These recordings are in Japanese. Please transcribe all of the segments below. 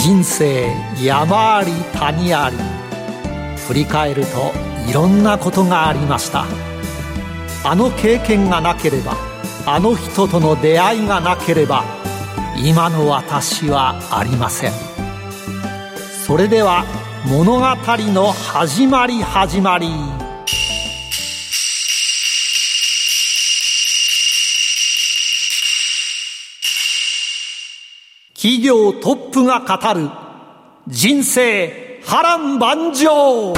人生山あり谷あり、振り返るといろんなことがありました。あの経験がなければ、あの人との出会いがなければ、今の私はありません。それでは物語の始まり。企業トップが語る人生波乱万丈。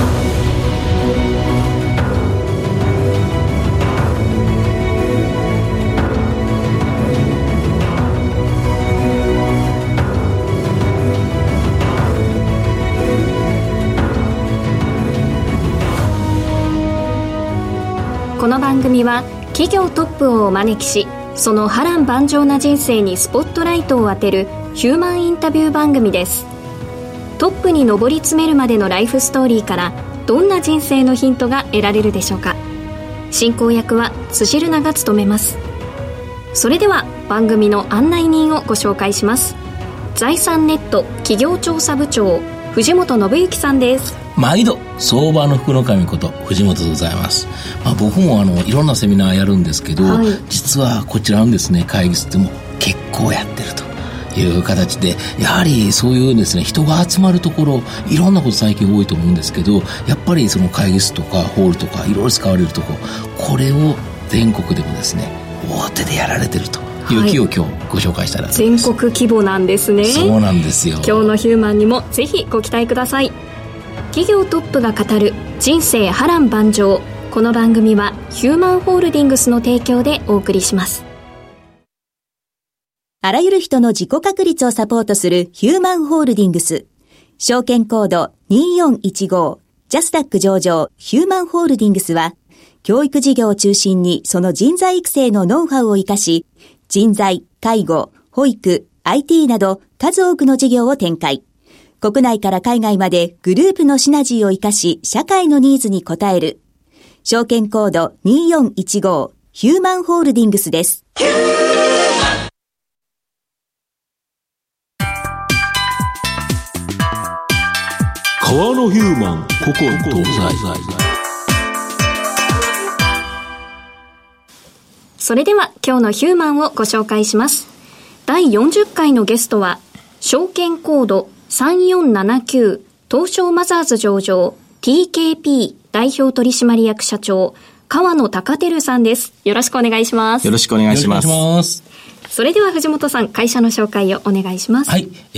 この番組は企業トップをお招きし、その波乱万丈な人生にスポットライトを当てるヒューマンインタビュー番組です。トップに上り詰めるまでのライフストーリーからどんな人生のヒントが得られるでしょうか。進行役は辻るなが務めます。それでは番組の案内人をご紹介します。財産ネット企業調査部長、藤本信之さんです。 毎度相場の福の神こと藤本でございます。僕もいろんなセミナーやるんですけど、実はこちらのですね会議室でも結構やってるという形で、やはりそういうですね人が集まるところ、いろんなこと最近多いと思うんですけど、やっぱりその会議室とかホールとかいろいろ使われるところ、これを全国でもですね大手でやられてるという気を今日ご紹介したらと思います。 全国規模なんですね。 そうなんですよ。 今日のヒューマンにもぜひご期待ください。企業トップが語る人生波乱万丈。この番組はヒューマンホールディングスの提供でお送りします。 あらゆる人の自己確立をサポートするヒューマンホールディングス。証券コード2415ジャスダック上場ヒューマンホールディングスは、教育事業を中心にその人材育成のノウハウを生かし、人材、介護、保育、IT など数多くの事業を展開。国内から海外までグループのシナジーを生かし、社会のニーズに応える。証券コード2415ヒューマンホールディングスです。 川のヒューマン、ここ東西。 それでは今日のヒューマンをご紹介します。第40回のゲストは、証券コード3479東証マザーズ上場 TKP 代表取締役社長、川野隆照さんです。よろしくお願いします。 よろしくお願いします。 それでは藤本さん、会社の紹介をお願いします。 はい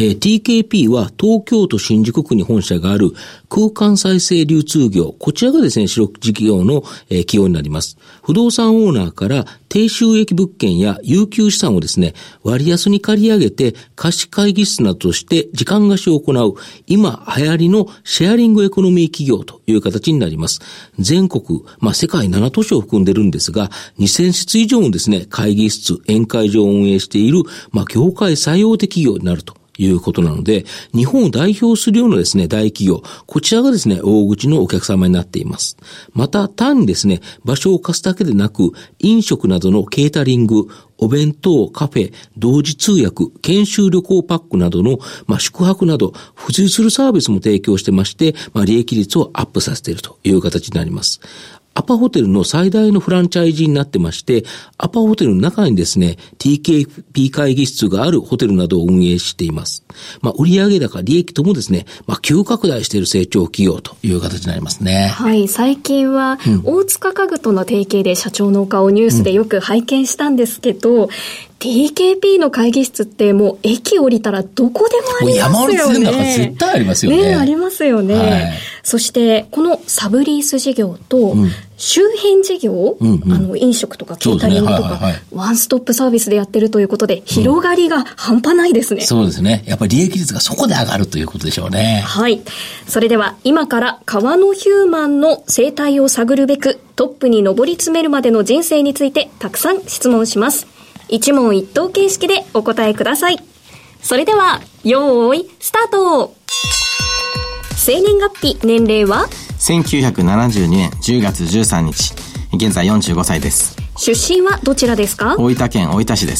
、TKP は東京都新宿区に本社がある空間再生流通業、こちらがですね主力事業の、企業になります。不動産オーナーから低収益物件や有給資産をですね割安に借り上げて貸し会議室などとして時間貸しを行う、今流行りのシェアリングエコノミー企業という形になります。全国、世界7都市を含んでるんですが、2000室以上のですね会議室、宴会場を運営している、業界最大手企業になるということなので、日本を代表するようなですね大企業、こちらがですね大口のお客様になっています。また単にですね場所を貸すだけでなく、飲食などのケータリング、お弁当、カフェ、同時通訳、研修旅行パックなどの、宿泊など付随するサービスも提供してまして、利益率をアップさせているという形になります。アパホテルの最大のフランチャイジーになってまして、アパホテルの中にですね TKP 会議室があるホテルなどを運営しています。売上高、利益ともですね、急拡大している成長企業という形になりますね。 はい、最近は大塚家具との提携で社長のお顔をニュースでよく拝見したんですけど、TKP の会議室ってもう駅降りたらどこでもありますよね。 山手線なんか絶対ありますよね。 ありますよね。はい、そしてこのサブリース事業と周辺事業、飲食とかケータリングとか、ワンストップサービスでやってるということで、広がりが半端ないですね。 そうですね。やっぱり利益率がそこで上がるということでしょうね。 はい。それでは今から川野ヒューマンの生態を探るべく、トップに上り詰めるまでの人生についてたくさん質問します。一問一答形式でお答えください。それでは用意スタート。生年月日、年齢は 1972年10月13日、現在45歳です。 出身はどちらですか？ 大分県大分市です。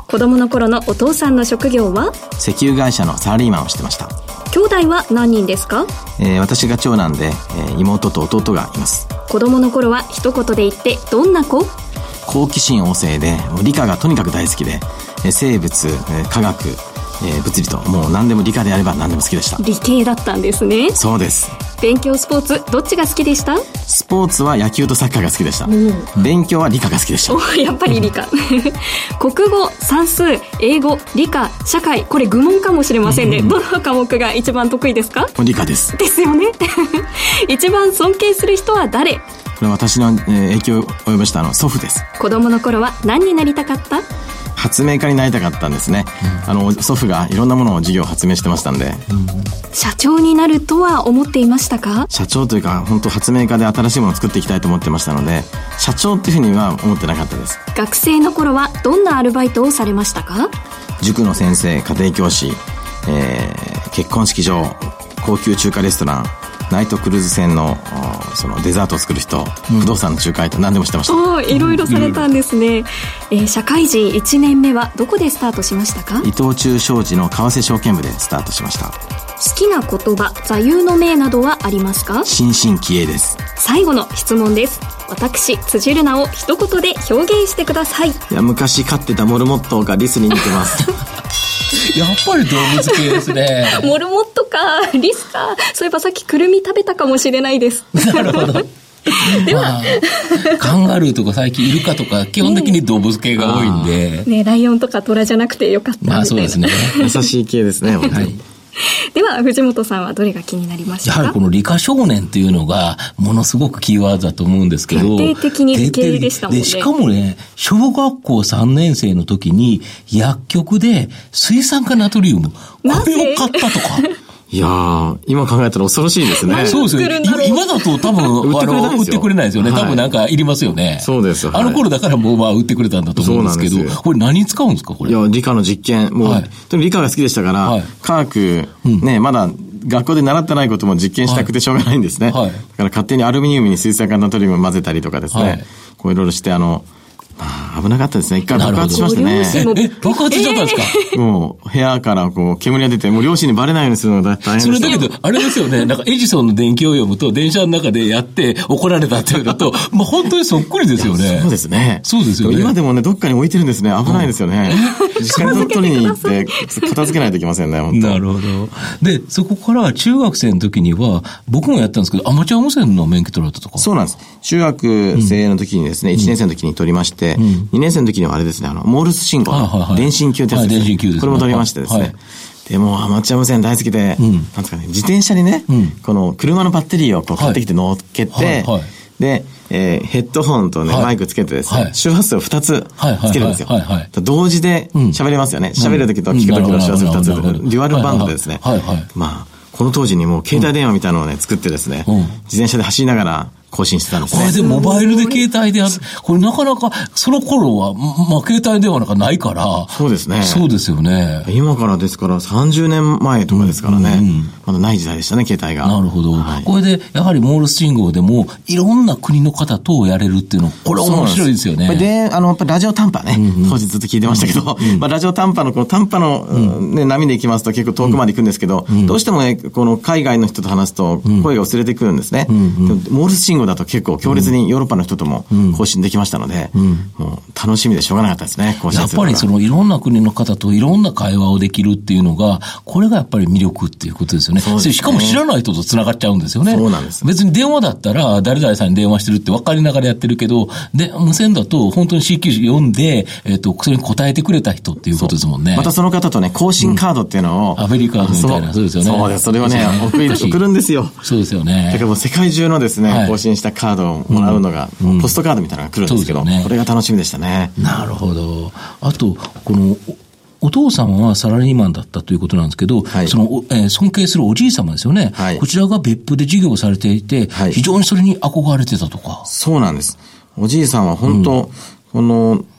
子供の頃のお父さんの職業は？ 石油会社のサラリーマンをしてました。 兄弟は何人ですか？ 私が長男で、妹と弟がいます。 子供の頃は一言で言ってどんな子？ 好奇心旺盛で、理科がとにかく大好きで、生物、科学、物理と、もう何でも理科であれば何でも好きでした。 理系だったんですね。 そうです。 勉強、スポーツ、どっちが好きでした？ スポーツは野球とサッカーが好きでした。勉強は理科が好きでした。 やっぱり理科国語、算数、英語、理科、社会、これ愚問かもしれませんね。どの科目が一番得意ですか？ 理科です。 ですよね一番尊敬する人は誰？ これは私の影響を及ぼした祖父です。 子供の頃は何になりたかった？ 発明家になりたかったんですね。祖父がいろんなものを事業を発明してましたんで、 社長になるとは思っていましたか？ 社長というか本当発明家で新しいものを作っていきたいと思ってましたので、社長っていうふうには思ってなかったです。 学生の頃はどんなアルバイトをされましたか？ 塾の先生、家庭教師、結婚式場、高級中華レストラン、ナイトクルーズ船のそのデザートを作る人、不動産の仲介と何でもしてました。 いろいろされたんですね。社会人1年目はどこでスタートしましたか？ 伊藤忠商事の為替証券部でスタートしました。 好きな言葉、座右の銘などはありますか？ 心身気鋭です。 最後の質問です。私辻るなを一言で表現してください。 いや、昔飼ってたモルモットがリスに似てますやっぱり動物系ですねモルモットかリスか。そういえばさっきクルミ食べたかもしれないですなるほどでは、カンガルーとか最近イルカとか基本的に動物系が多いんで、 ね、ライオンとかトラじゃなくてよかったみたいな。 そうですね優しい系ですね本当に、はい。 では藤本さんはどれが気になりましたか？ やはりこの理科少年っていうのがものすごくキーワードだと思うんですけど、 徹底的に理系でしたもんね。 でしかもね、小学校3年生の時に薬局で水酸化ナトリウム、これを買ったとかいやー、今考えたら恐ろしいですね。 そうですよ。今だと多分売ってくれないですよね。多分なんかいりますよね。 そうですよ。 あの頃だからもう売ってくれたんだと思うんですけど、これ何に使うんですかこれ？ いや、理科の実験、もう、理科が好きでしたから、科学、ね、まだ学校で習ってないことも実験したくてしょうがないんですね。だから勝手にアルミニウムに水酸化ナトリウムを混ぜたりとかですね、こういろいろして危なかったですね。一回爆発しましたね。 爆発しちゃったんですか？ もう、部屋から煙が出て、もう両親にバレないようにするのが大変でした。 それだけど、あれですよね、なんかエジソンの電気を読むと、電車の中でやって怒られたっていうのと、本当にそっくりですよね。 そうですね。 そうですよね。 今でもね、どっかに置いてるんですね。危ないですよね。実家に取りに行って、片付けないといけませんね、本当。 なるほど。で、そこから中学生の時には、僕もやったんですけど、アマチュア無線の免許取られたとか。 そうなんです。中学生の時にですね、1年生の時に取りまして、2年生の時にはあれですね、モールス信号、電信級ってやつですね。これも取りましてですね。でもアマチュア無線大好きで、なんですかね、自転車にね、この車のバッテリーを買ってきて乗っけて、で、ヘッドホンとね、マイクつけてですね、周波数を2つつけるんですよ。同時で喋れますよね。喋る時と聞く時の周波数2つ、デュアルバンドでですね。この当時にもう携帯電話みたいなのをね、作ってですね、自転車で走りながら更新してたんですね。 これでモバイルで携帯でこれなかなか、その頃は、携帯電話なんかないから。 そうですね。 そうですよね。 今からですから30年前とかですからね。まだない時代でしたね、携帯が。 なるほど。これで、やはりモールス信号でも、いろんな国の方とやれるっていうの、これ面白いですよね。 で、やっぱりラジオ短波ね、当時ずっと聞いてましたけど、ラジオ短波の短波の波で行きますと結構遠くまで行くんですけど、どうしてもね、この海外の人と話すと声が薄れてくるんですね。モールス信号だと結構強烈にヨーロッパの人とも更新できましたので、もう楽しみでしょうがなかったですね、更新するのが。 やっぱりそのいろんな国の方といろんな会話をできるっていうのが、これがやっぱり魅力っていうことですよね。しかも知らない人と繋がっちゃうんですよね。 そうなんです。 別に電話だったら誰々さんに電話してるって分かりながらやってるけど、で、無線だと本当に CQ 読んで、それに答えてくれた人っていうことですもんね。 またその方とね、更新カードっていうのを、 アメリカードみたいな、そうですよね。 そうです。それをね、送るんですよ。 そうですよね。 だからもう世界中のですね、更新したカードをもらうのが、ポストカードみたいなのが来るんですけど、これが楽しみでしたね。 なるほど。あと、この、お父さんはサラリーマンだったということなんですけど、その、尊敬するおじい様ですよね。こちらが別府で事業をされていて、非常にそれに憧れてたとか。 そうなんです。おじいさんは本当、この、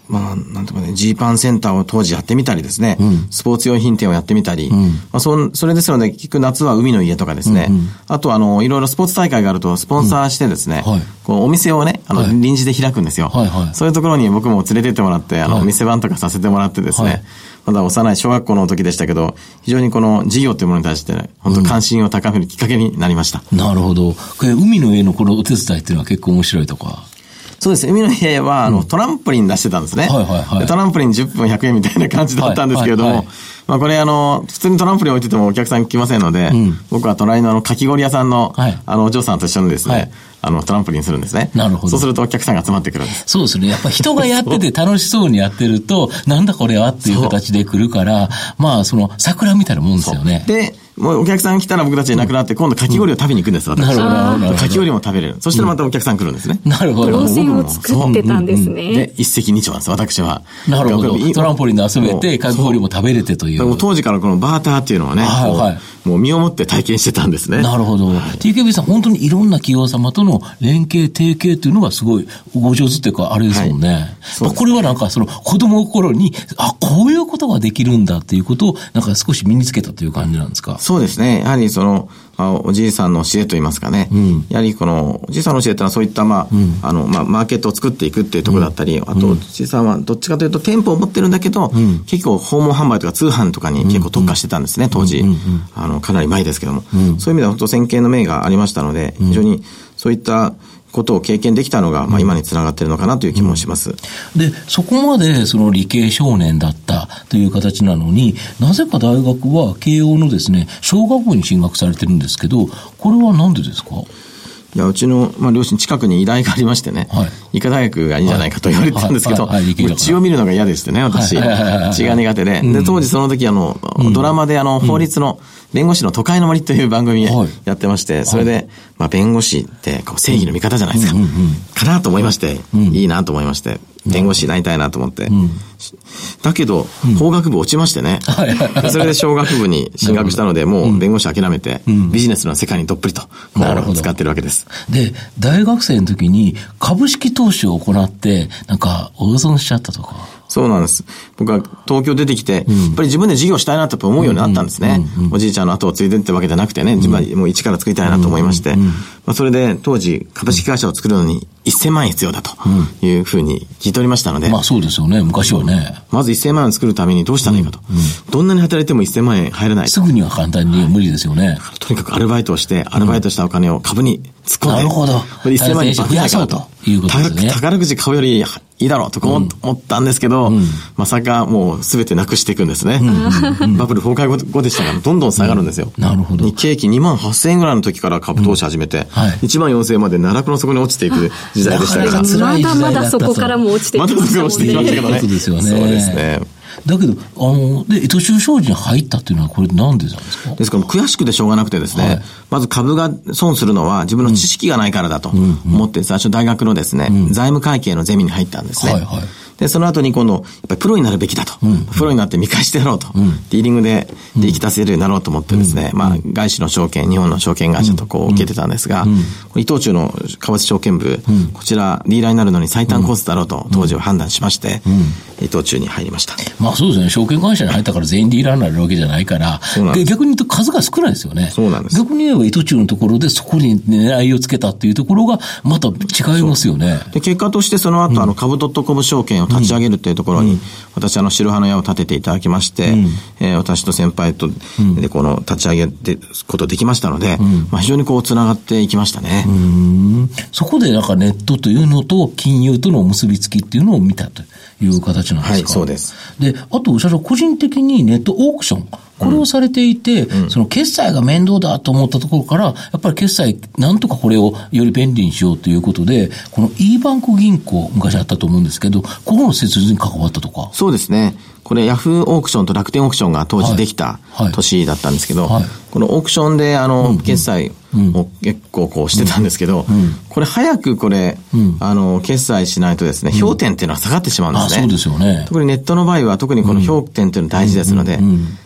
なんとかね、ジーパンセンターを当時やってみたりですね、スポーツ用品店をやってみたり、それですので、結局夏は海の家とかですね、あといろいろスポーツ大会があると、スポンサーしてですね、こうお店をね、臨時で開くんですよ。そういうところに僕も連れてってもらって、店番とかさせてもらってですね、まだ幼い小学校の時でしたけど、非常にこの事業というものに対して、ね、本当関心を高めるきっかけになりました。 なるほど。海の家のこのお手伝いっていうのは結構面白いとか。 そうです。海の家は、トランポリン出してたんですね。トランポリン10分100円みたいな感じだったんですけれども、これ普通にトランポリン置いててもお客さん来ませんので、僕は隣のかき氷屋さんの、お嬢さんと一緒にですね、トランポリンするんですね。 なるほど。 そうするとお客さんが集まってくるんです。 そうですね。やっぱ人がやってて楽しそうにやってると、なんだこれはっていう形で来るから、桜みたいなもんですよね。 で、もうお客さん来たら僕たちいなくなって、今度かき氷を食べに行くんです、私。なるほど。かき氷も食べれる。そしたらまたお客さん来るんですね。 なるほど。 動線を作ってたんですね。 で、一石二鳥なんです、私は。 なるほど。トランポリンで遊べて、かき氷も食べれてという。 当時からこのバーターっていうのはね、もう身をもって体験してたんですね。 なるほど。TKB さん、本当にいろんな企業様との連携、提携というのがすごいご上手っていうか、あれですもんね。これはなんか子供の頃に、こういうことができるんだっていうことを、なんか少し身につけたという感じなんですか？ そうですね。やはりおじいさんの教えといいますかね。やはりおじいさんの教えというのはそういったマーケットを作っていくっていうところだったり、あと、おじいさんはどっちかというと店舗を持ってるんだけど、結構訪問販売とか通販とかに結構特化してたんですね、当時。かなり前ですけども。そういう意味では本当先見の明がありましたので、非常にそういったことを経験できたのが、今につながっているのかなという気もします。 で、そこまで理系少年だったという形なのに、なぜか大学は慶応のですね、商学部に進学されてるんですけど、これはなんでですか？ いや、うちの、両親近くに医大がありましてね、医科大学がいいんじゃないかと言われてたんですけど、血を見るのが嫌でしてね、私。血が苦手で。で、当時その時ドラマで法律の弁護士の都会の森という番組やってまして、それで、弁護士って正義の味方じゃないですか。かなと思いまして、いいなと思いまして、弁護士になりたいなと思って。だけど、法学部落ちましてね。それで商学部に進学したので、もう弁護士諦めて、ビジネスの世界にどっぷりと、使ってるわけです。 で、大学生の時に株式投資を行って、なんか、大損しちゃったとか。 そうなんです。僕は東京出てきて、やっぱり自分で事業したいなと思うようになったんですね。おじいちゃんの後を継いでってわけじゃなくてね、自分はもう一から作りたいなと思いまして、それで当時株式会社を作るのに1000万円必要だというふうに聞いておりましたので。 そうですよね、昔はね。 まず1000万円作るためにどうしたらいいかと。どんなに働いても1000万円入らない。 すぐには簡単に無理ですよね。 とにかくアルバイトをして、アルバイトしたお金を株に突っ込んで。 なるほど。 1000万円増やそうということですね。宝くじ買うよりいいだろうと思ったんですけど、まさかもう全てなくしていくんですね。バブル崩壊後でしたからどんどん下がるんですよ。 なるほど。 日経平均28,000円ぐらいの時から株投資始めて、14,000円まで奈落の底に落ちていく時代でしたから。 まだまだそこからも落ちていきましたもんね。 まだ落ちていきましたけどね。 そうですよね。 そうですね。 だけど、伊藤忠商事に入ったっていうのはこれなんでなんですか？ ですから悔しくてしょうがなくてですね、まず株が損するのは自分の知識がないからだと思って、最初大学のですね、財務会計のゼミに入ったんですね。で、その後に今度、やっぱりプロになるべきだと。プロになって見返してやろうと。ディーリングで生き出せるようになろうと思ってですね、外資の証券、日本の証券会社と受けてたんですが、伊藤忠の株式証券部、こちらディーラーになるのに最短コースだろうと当時は判断しまして、伊藤忠に入りました。 そうですね。証券会社に入ったから全員ディーラーになるわけじゃないから、逆に言うと数が少ないですよね。 そうなんです。 逆に言えば伊藤忠のところでそこに狙いをつけたっていうところがまた違いますよね。 で、結果としてその後、株.com証券を立ち上げるっていうところに、私白羽の矢を立てていただきまして、私と先輩とでこの立ち上げることできましたので、非常につながっていきましたね。 そこでなんかネットというのと金融との結びつきっていうのを見たという形なんですか？ はい、そうです。 で、あと社長個人的にネットオークション、これをされていて、その決済が面倒だと思ったところから、やっぱり決済、なんとかこれをより便利にしようということで、この e バンク銀行、昔あったと思うんですけど、ここの設立に関わったとか。 そうですね。これヤフーオークションと楽天オークションが当時できた年だったんですけど、このオークションで決済を結構してたんですけど、これ早く決済しないとですね、評点っていうのは下がってしまうんですね。 そうですよね。 特にネットの場合は特にこの評点っていうのは大事ですので、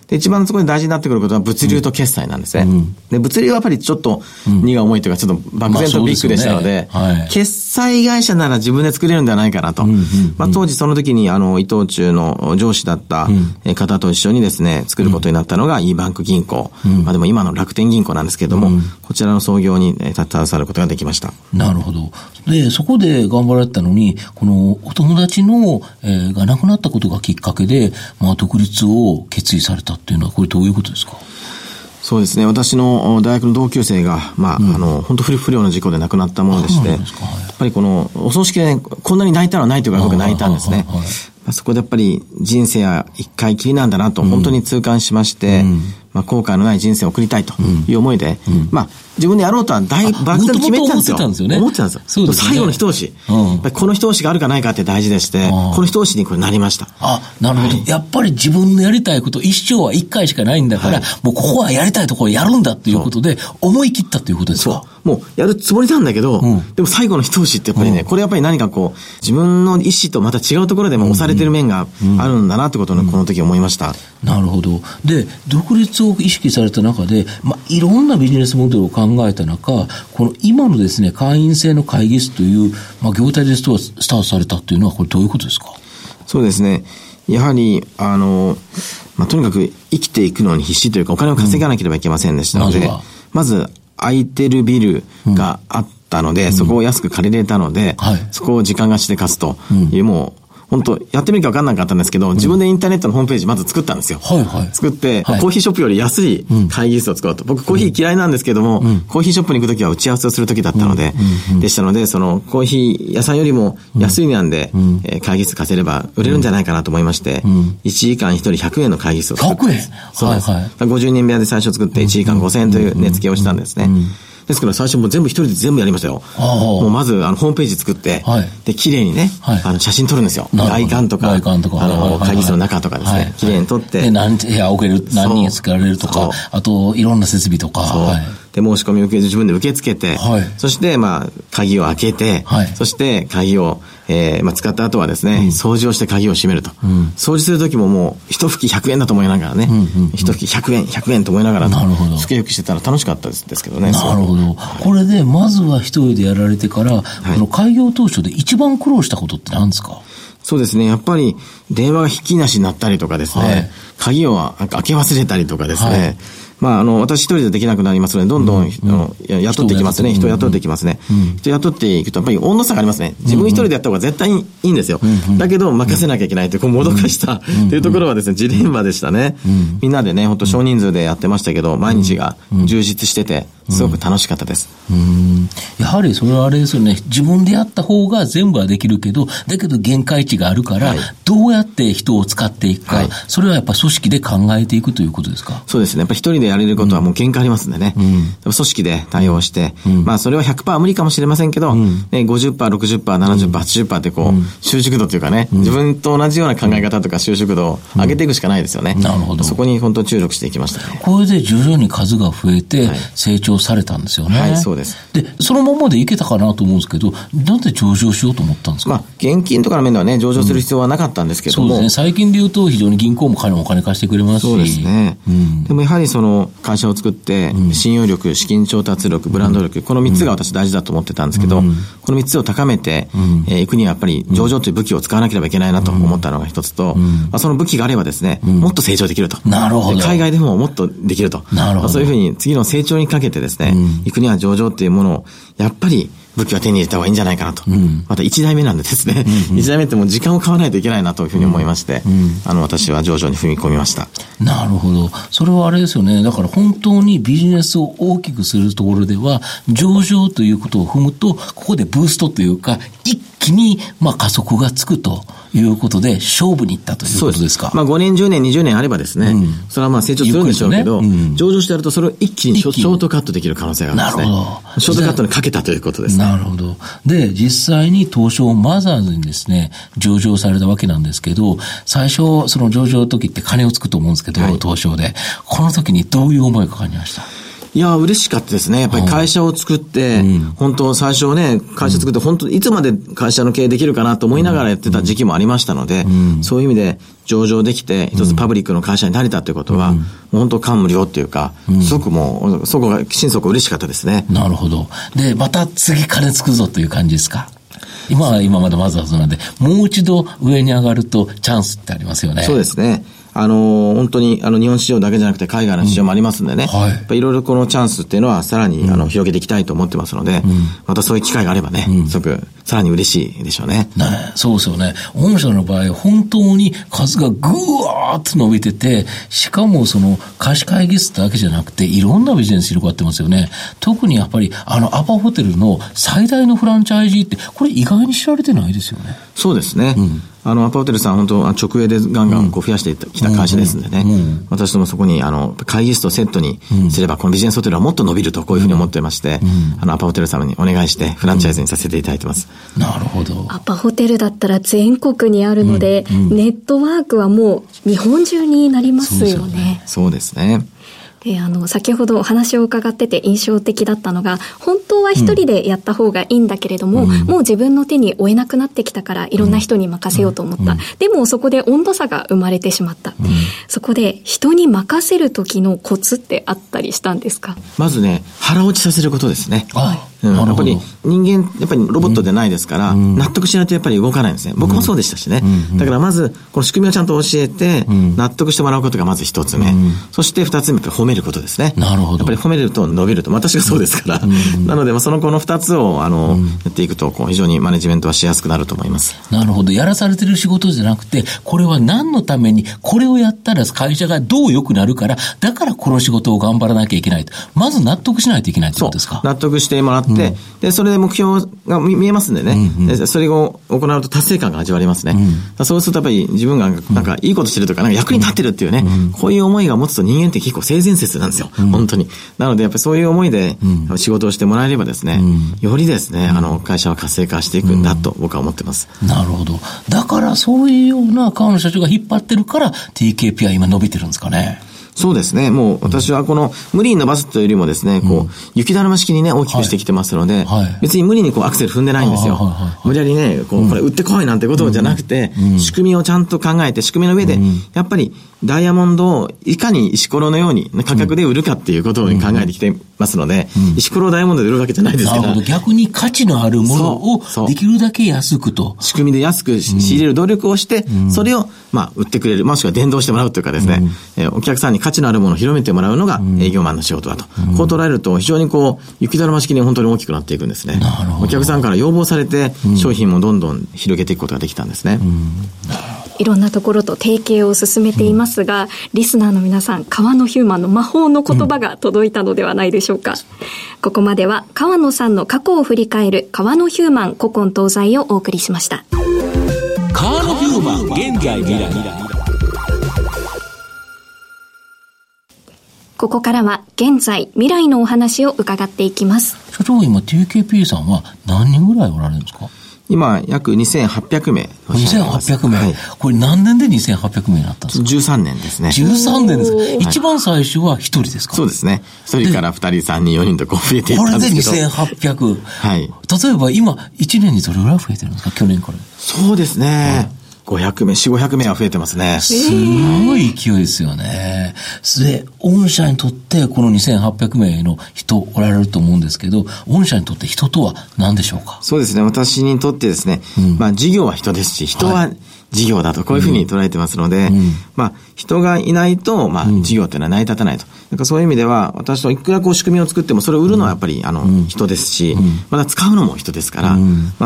で、一番そこで大事になってくることは物流と決済なんですね。で、物流はやっぱりちょっと荷が重いというか、ちょっと漠然とビッグでしたので、決済会社なら自分で作れるんではないかなと。当時その時に伊藤忠の上司だった方と一緒にですね、作ることになったのが e バンク銀行。でも今の楽天銀行なんですけれども、こちらの創業に携わることができました。 なるほど。で、そこで頑張られたのに、このお友達の、が亡くなったことがきっかけで、独立を決意されたっていうのは、これどういうことですか？ そうですね。私の大学の同級生が、本当不良の事故で亡くなったものでして、やっぱりこの、お葬式で、ね、こんなに泣いたのはないというか、僕泣いたんですね。そこでやっぱり人生は一回きりなんだなと、本当に痛感しまして、後悔のない人生を送りたいという思いで、自分でやろうとは漠然と決めてたんですよ。思ってたんですよ。そうですね。最後の一押し。この一押しがあるかないかって大事でして、この一押しにこれなりました。 なるほど。やっぱり自分のやりたいこと、一生は一回しかないんだから、もうここはやりたいところやるんだっていうことで、思い切ったということですか？ もうやるつもりなんだけど、でも最後の一押しってやっぱりね、これやっぱり何かこう、自分の意思とまた違うところでも押されてる面があるんだなってことをこの時思いました。 なるほど。で、独立を意識された中で、いろんなビジネスモデルを考えた中、この今のですね、会員制の会議室という、業態でスタートされたっていうのは、これどういうことですか？ そうですね。やはり、とにかく生きていくのに必死というか、お金を稼がなければいけませんでしたので、まず空いてるビルがあったので、そこを安く借りれたので、そこを時間貸しで貸すという、もう、本当やってみるか分かんなかったんですけど、自分でインターネットのホームページまず作ったんですよ。作って、コーヒーショップより安い会議室を使おうと。僕コーヒー嫌いなんですけども、コーヒーショップに行くときは打ち合わせをするときだったので、でしたので、そのコーヒー屋さんよりも安い値段で会議室貸せれば売れるんじゃないかなと思いまして、1時間1人100円の会議室を作ったんです。そうです。50人部屋で最初作って1時間5000円という値付けをしたんですね。ですから最初もう全部一人で全部やりましたよ。もうまずホームページ作って、で、綺麗にね、写真撮るんですよ。外観とか、会議室の中とかですね、綺麗に撮って。 で、何部屋置ける、何人使われるとか、あと、いろんな設備とか。 で、申し込みを自分で受け付けて、そして、鍵を開けて、そして鍵を、使った後はですね、掃除をして鍵を閉めると。掃除するときももう、一拭き100円だと思いながらね、一拭き100円と思いながら、つけよくしてたら楽しかったですけどね。 なるほど。これで、まずは一人でやられてから、この開業当初で一番苦労したことって何ですか？ そうですね。やっぱり、電話が引きなしになったりとかですね、鍵を開け忘れたりとかですね、私一人でできなくなりますので、どんどん、雇っていきますね。人を雇っていきますね。人を雇っていくと、やっぱり温度差がありますね。自分一人でやった方が絶対にいいんですよ。だけど、任せなきゃいけないという、こう、もどかしたというところはですね、ジレンマでしたね。みんなでね、本当少人数でやってましたけど、毎日が充実してて、すごく楽しかったです。 やはりそれはあれですよね。自分でやった方が全部はできるけど、だけど限界値があるから、どうやって人を使っていくか、それはやっぱ組織で考えていくということですか？ そうですね。やっぱ一人でやれることはもう限界ありますんでね。組織で対応して、それは 100% 無理かもしれませんけど、50%、60%、70%、80% ってこう、習熟度というかね、自分と同じような考え方とか習熟度を上げていくしかないですよね。なるほど。そこに本当注力していきましたね。 これで徐々に数が増えて、成長されたんですよね。 はい、そうです。 で、そのままでいけたかなと思うんですけど、なんで上場しようと思ったんですか？ 現金とかの面ではね、上場する必要はなかったんですけども。 そうですね。最近で言うと、非常に銀行もお金貸してくれますし。 そうですね。でもやはりその会社を作って、信用力、資金調達力、ブランド力、この3つが私大事だと思ってたんですけど、この3つを高めていくにはやっぱり上場という武器を使わなければいけないなと思ったのが一つと、その武器があればですね、もっと成長できると。 なるほど。 海外でももっとできると。なるほど。そういうふうに次の成長にかけてですね、いくには上場っていうものを、やっぱり武器は手に入れた方がいいんじゃないかなと。また1代目なんでですね、1代目ってもう時間を買わないといけないなというふうに思いまして、私は上場に踏み込みました。 なるほど。それはあれですよね。だから本当にビジネスを大きくするところでは、上場ということを踏むと、ここでブーストというか、一気に加速がつくということで、勝負に行ったということですか。 5年、10年、20年あればですね、それは成長するんでしょうけど、上場してやるとそれを一気にショートカットできる可能性があるんですね。なるほど。ショートカットにかけたということですね。 なるほど。で、実際に東証マザーズにですね、上場されたわけなんですけど、最初、その上場の時って金をつくと思うんですけど、東証で。この時にどういう思いがかかりました？ いや、嬉しかったですね。やっぱり会社を作って、本当最初ね、会社作って本当いつまで会社の経営できるかなと思いながらやってた時期もありましたので、そういう意味で上場できて、一つパブリックの会社になれたということは、もう本当感無量っていうか、すごくもう、そこが心底嬉しかったですね。 なるほど。で、また次金つくぞという感じですか。今まだまずはそうなんで、もう一度上に上がるとチャンスってありますよね。 そうですね。本当に、日本市場だけじゃなくて海外の市場もありますんでね。はい。やっぱいろいろこのチャンスっていうのはさらに、広げていきたいと思ってますので、またそういう機会があればね、すごくさらに嬉しいでしょうね。 そうですよね。御社の場合、本当に数がぐわーっと伸びてて、しかもその貸し会議室だけじゃなくて、いろんなビジネス広がってますよね。特にやっぱり、アパホテルの最大のフランチャイジーって、これ意外に知られてないですよね。 そうですね。アパホテルさん本当直営でガンガン増やしてきた会社ですんでね。私どもそこに会議室とセットにすればこのビジネスホテルはもっと伸びるとこういうふうに思ってまして、アパホテル様にお願いしてフランチャイズにさせていただいてます。 なるほど。 アパホテルだったら全国にあるので、ネットワークはもう日本中になりますよね。 そうですね。 で、先ほどお話を伺ってて印象的だったのが、本当は一人でやった方がいいんだけれども、もう自分の手に負えなくなってきたからいろんな人に任せようと思った。でもそこで温度差が生まれてしまった。そこで人に任せる時のコツってあったりしたんですか？ まずね、腹落ちさせることですね。やっぱり人間、やっぱりロボットでないですから、納得しないとやっぱり動かないんですね。僕もそうでしたしね。だからまず、この仕組みをちゃんと教えて、納得してもらうことがまず一つ目。そして二つ目、褒めることですね。 なるほど。 やっぱり褒めると伸びると、私がそうですから。なので、そのこの二つを、やっていくと、非常にマネジメントはしやすくなると思います。 なるほど。やらされてる仕事じゃなくて、これは何のために、これをやったら会社がどう良くなるから、だからこの仕事を頑張らなきゃいけないと。まず納得しないといけないってことですか？ 納得してもらって、で、それで目標が見えますんでね、でそれを行うと達成感が味わえますね。そうするとやっぱり自分がなんかいいことしてるとか、なんか役に立ってるっていうね、こういう思いが持つと人間って結構性善説なんですよ。本当に。なのでやっぱりそういう思いで仕事をしてもらえればですね、よりですね、会社は活性化していくんだと僕は思ってます。 なるほど。だからそういうような川野社長が引っ張ってるから TKP は今伸びてるんですかね。 そうですね。もう私はこの無理に伸ばすというよりもですね、雪だるま式にね、大きくしてきてますので、別に無理にアクセル踏んでないんですよ。無理やりね、これ売ってこいなんてことじゃなくて、仕組みをちゃんと考えて、仕組みの上で、やっぱりダイヤモンドをいかに石ころのように価格で売るかっていうことを考えてきてますので、石ころをダイヤモンドで売るわけじゃないですから。 なるほど。逆に価値のあるものをできるだけ安くと。 仕組みで安く仕入れる努力をして、それを売ってくれる、もしくは伝導してもらうというかですね、お客さんに価値のあるものを広めてもらうのが営業マンの仕事だと。こう捉えると非常に雪だるま式に本当に大きくなっていくんですね。お客さんから要望されて商品もどんどん広げていくことができたんですね。 いろんなところと提携を進めていますが、リスナーの皆さん、川野ヒューマンの魔法の言葉が届いたのではないでしょうか。ここまでは川野さんの過去を振り返る川野ヒューマン古今東西をお送りしました。 川野ヒューマン現在未来。 ここからは現在未来のお話を伺っていきます。 社長、今 TKP さんは何人ぐらいおられるんですか？ 今、約2800名。 2800名、はい。これ何年で2800名になったんですか ？13年ですね。 13年です。一番最初は1人ですか？ そうですね。1人から2人、3人、4人と増えていったんですけど。 これで2800。 はい。 例えば今、1年にどれぐらい増えてるんですか？去年から。 そうですね。500名、4、500名は増えてますね。 すごい勢いですよね。で、御社にとってこの2800名の人おられると思うんですけど、御社にとって人とは何でしょうか？ そうですね。私にとってですね、事業は人ですし、人は事業だと、こういうふうに捉えてますので、人がいないと、事業っていうのは成り立たないと。なんかそういう意味では、私といくら仕組みを作っても、それを売るのはやっぱり、人ですし、また使うのも人ですから、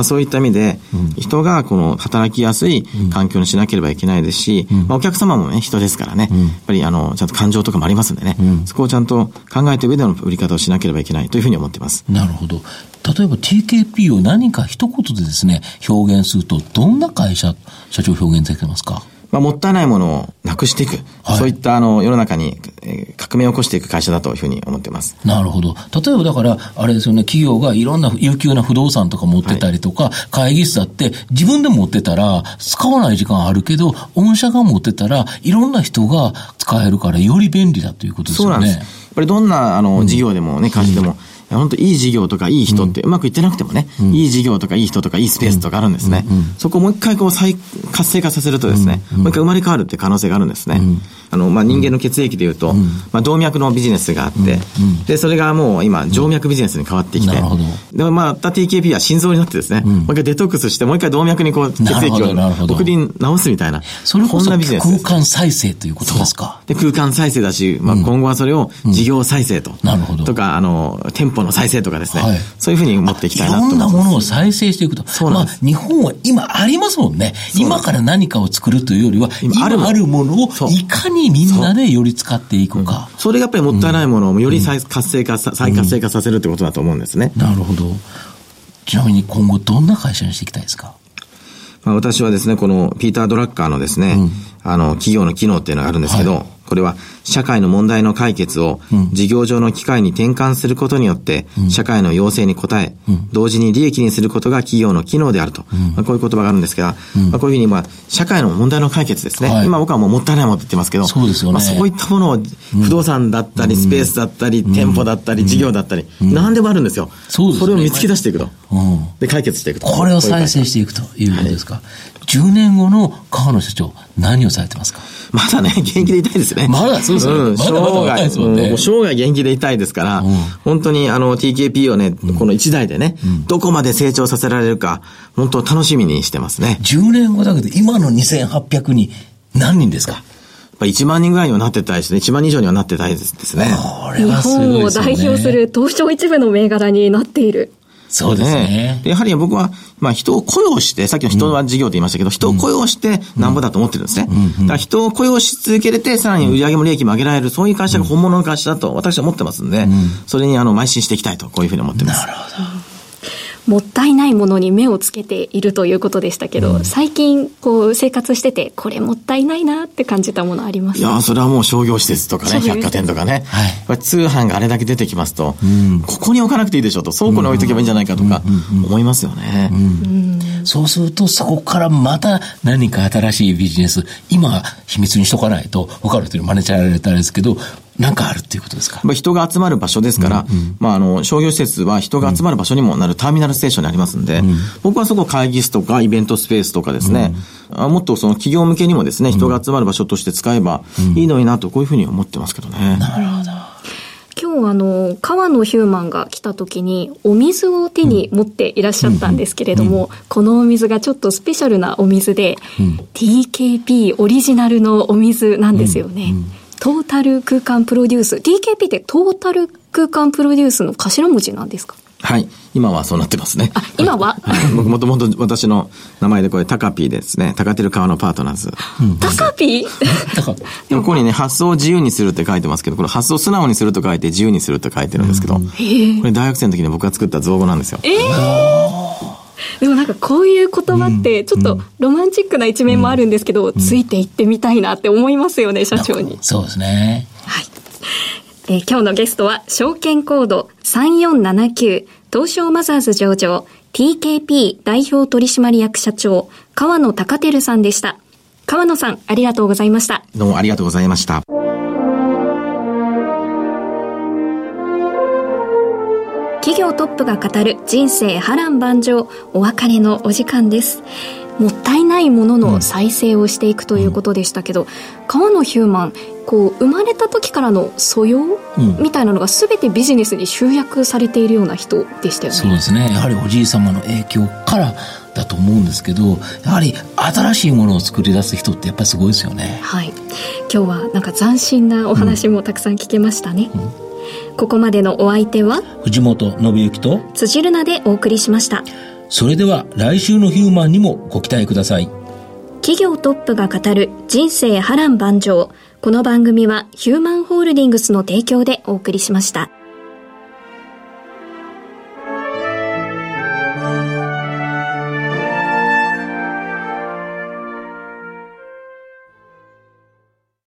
そういった意味で、人が働きやすい環境にしなければいけないですし、お客様もね、人ですからね、やっぱりちゃんと感情とかもありますんでね、そこをちゃんと考えた上での売り方をしなければいけないというふうに思っています。 なるほど。例えば TKP を何か一言でですね、表現すると、どんな会社、社長表現できますか？ もったいないものをなくしていく。そういった世の中に革命を起こしていく会社だというふうに思っています。 なるほど。例えばだから、あれですよね、企業がいろんな有給な不動産とか持ってたりとか、会議室だって自分で持ってたら使わない時間あるけど、御社が持ってたらいろんな人が使えるからより便利だということですよね。 そうなんです。 ぱりどんな事業でもね、会社でも、本当いい事業とかいい人ってうまくいってなくてもね、いい事業とかいい人とかいいスペースとかあるんですね。そこをもう一回再活性化させるとですね、もう一回生まれ変わるっていう可能性があるんですね。人間の血液でいうと、動脈のビジネスがあって、で、それがもう今、静脈ビジネスに変わってきて、で、また TKP は心臓になってですね、もう一回デトックスして、もう一回動脈にこう、血液を送り直すみたいな。 それこそ空間再生ということですか。 で、空間再生だし、今後はそれを事業再生と。とか、店舗の再生とかですね。そういうふうに持っていきたいなと思います。 いろんなものを再生していくと。日本は今ありますもんね。今から何かを作るというよりは、今あるものをいかにみんなでより使っていくか。 それがやっぱりもったいないものをより再活性化させるってことだと思うんですね。 なるほど。ちなみに今後どんな会社にしていきたいですか？ 私はですね、このピーター・ドラッカーのですね、企業の機能っていうのがあるんですけど、これは社会の問題の解決を事業上の機会に転換することによって社会の要請に応え、同時に利益にすることが企業の機能であると、こういう言葉があるんですが、こういうふうに社会の問題の解決ですね。今僕はもうもったいないものって言ってますけど、そうですよね。そういったものを不動産だったりスペースだったり店舗だったり事業だったり何でもあるんですよ。それを見つけ出していくと。で解決していくと。 これを再生していくということですか。10年後の川野社長、何をされてますか？ まだね、元気でいたいですね。 まだそうですよね。 生涯元気でいたいですから、本当にTKP をね、この一代でね、どこまで成長させられるか、本当楽しみにしてますね。 10年後だけど、今の2800に何人ですか？ 1万人ぐらいにはなってたいですね。1万人以上にはなってたいですね。 日本を代表する東証一部の銘柄になっている。 そうですね。 やはり僕は、人を雇用して、さっきの人は事業と言いましたけど、人を雇用してなんぼだと思ってるんですね。だから人を雇用し続けれて、さらに売上も利益も上げられる、そういう会社が本物の会社だと私は思ってますんで、それに邁進していきたいと、こういうふうに思ってます。 なるほど。 もったいないものに目をつけているということでしたけど、最近生活しててこれもったいないなって感じたものありますか？ いや、それはもう商業施設とかね、百貨店とかね、通販があれだけ出てきますと、ここに置かなくていいでしょと、倉庫に置いとけばいいんじゃないかとか思いますよね。 そうするとそこからまた何か新しいビジネス、今秘密にしとかないと他の人に真似ちゃられたらですけど、なんかあるっていうことですか？ 人が集まる場所ですから、商業施設は人が集まる場所にもなるターミナルステーションにありますんで、僕はそこ会議室とかイベントスペースとかですね、もっとその企業向けにもですね、人が集まる場所として使えばいいのになと、こういうふうに思ってますけどね。 なるほど。 今日川野ヒューマンが来た時にお水を手に持っていらっしゃったんですけれども、このお水がちょっとスペシャルなお水で、TKP オリジナルのお水なんですよね。トータル空間プロデュース。TKP ってトータル空間プロデュースの頭文字なんですか？ はい。今はそうなってますね。 今は僕もともと私の名前でこれタカピーですね。タカテル川のパートナーズ。 タカピーでもここにね、発想を自由にするって書いてますけど、これ発想を素直にすると書いて自由にするって書いてるんですけど、これ大学生の時に僕が作った造語なんですよ。 でもなんかこういう言葉ってちょっとロマンチックな一面もあるんですけど、ついていってみたいなって思いますよね、社長に。 そうですね。 はい。今日のゲストは証券コード3479東証マザーズ上場 TKP 代表取締役社長川野貴輝さんでした。川野さん、ありがとうございました。 どうもありがとうございました。 企業トップが語る人生波乱万丈、お別れのお時間です。もったいないものの再生をしていくということでしたけど、川野ヒューマン、生まれた時からの素養、みたいなのが全てビジネスに集約されているような人でしたよね。 そうですね。やはりおじい様の影響からだと思うんですけど、やはり新しいものを作り出す人ってやっぱりすごいですよね。 はい。今日はなんか斬新なお話もたくさん聞けましたね。ここまでのお相手は藤本信之と辻るなでお送りしました。 それでは来週のヒューマンにもご期待ください。 企業トップが語る人生波乱万丈。この番組はヒューマンホールディングスの提供でお送りしました。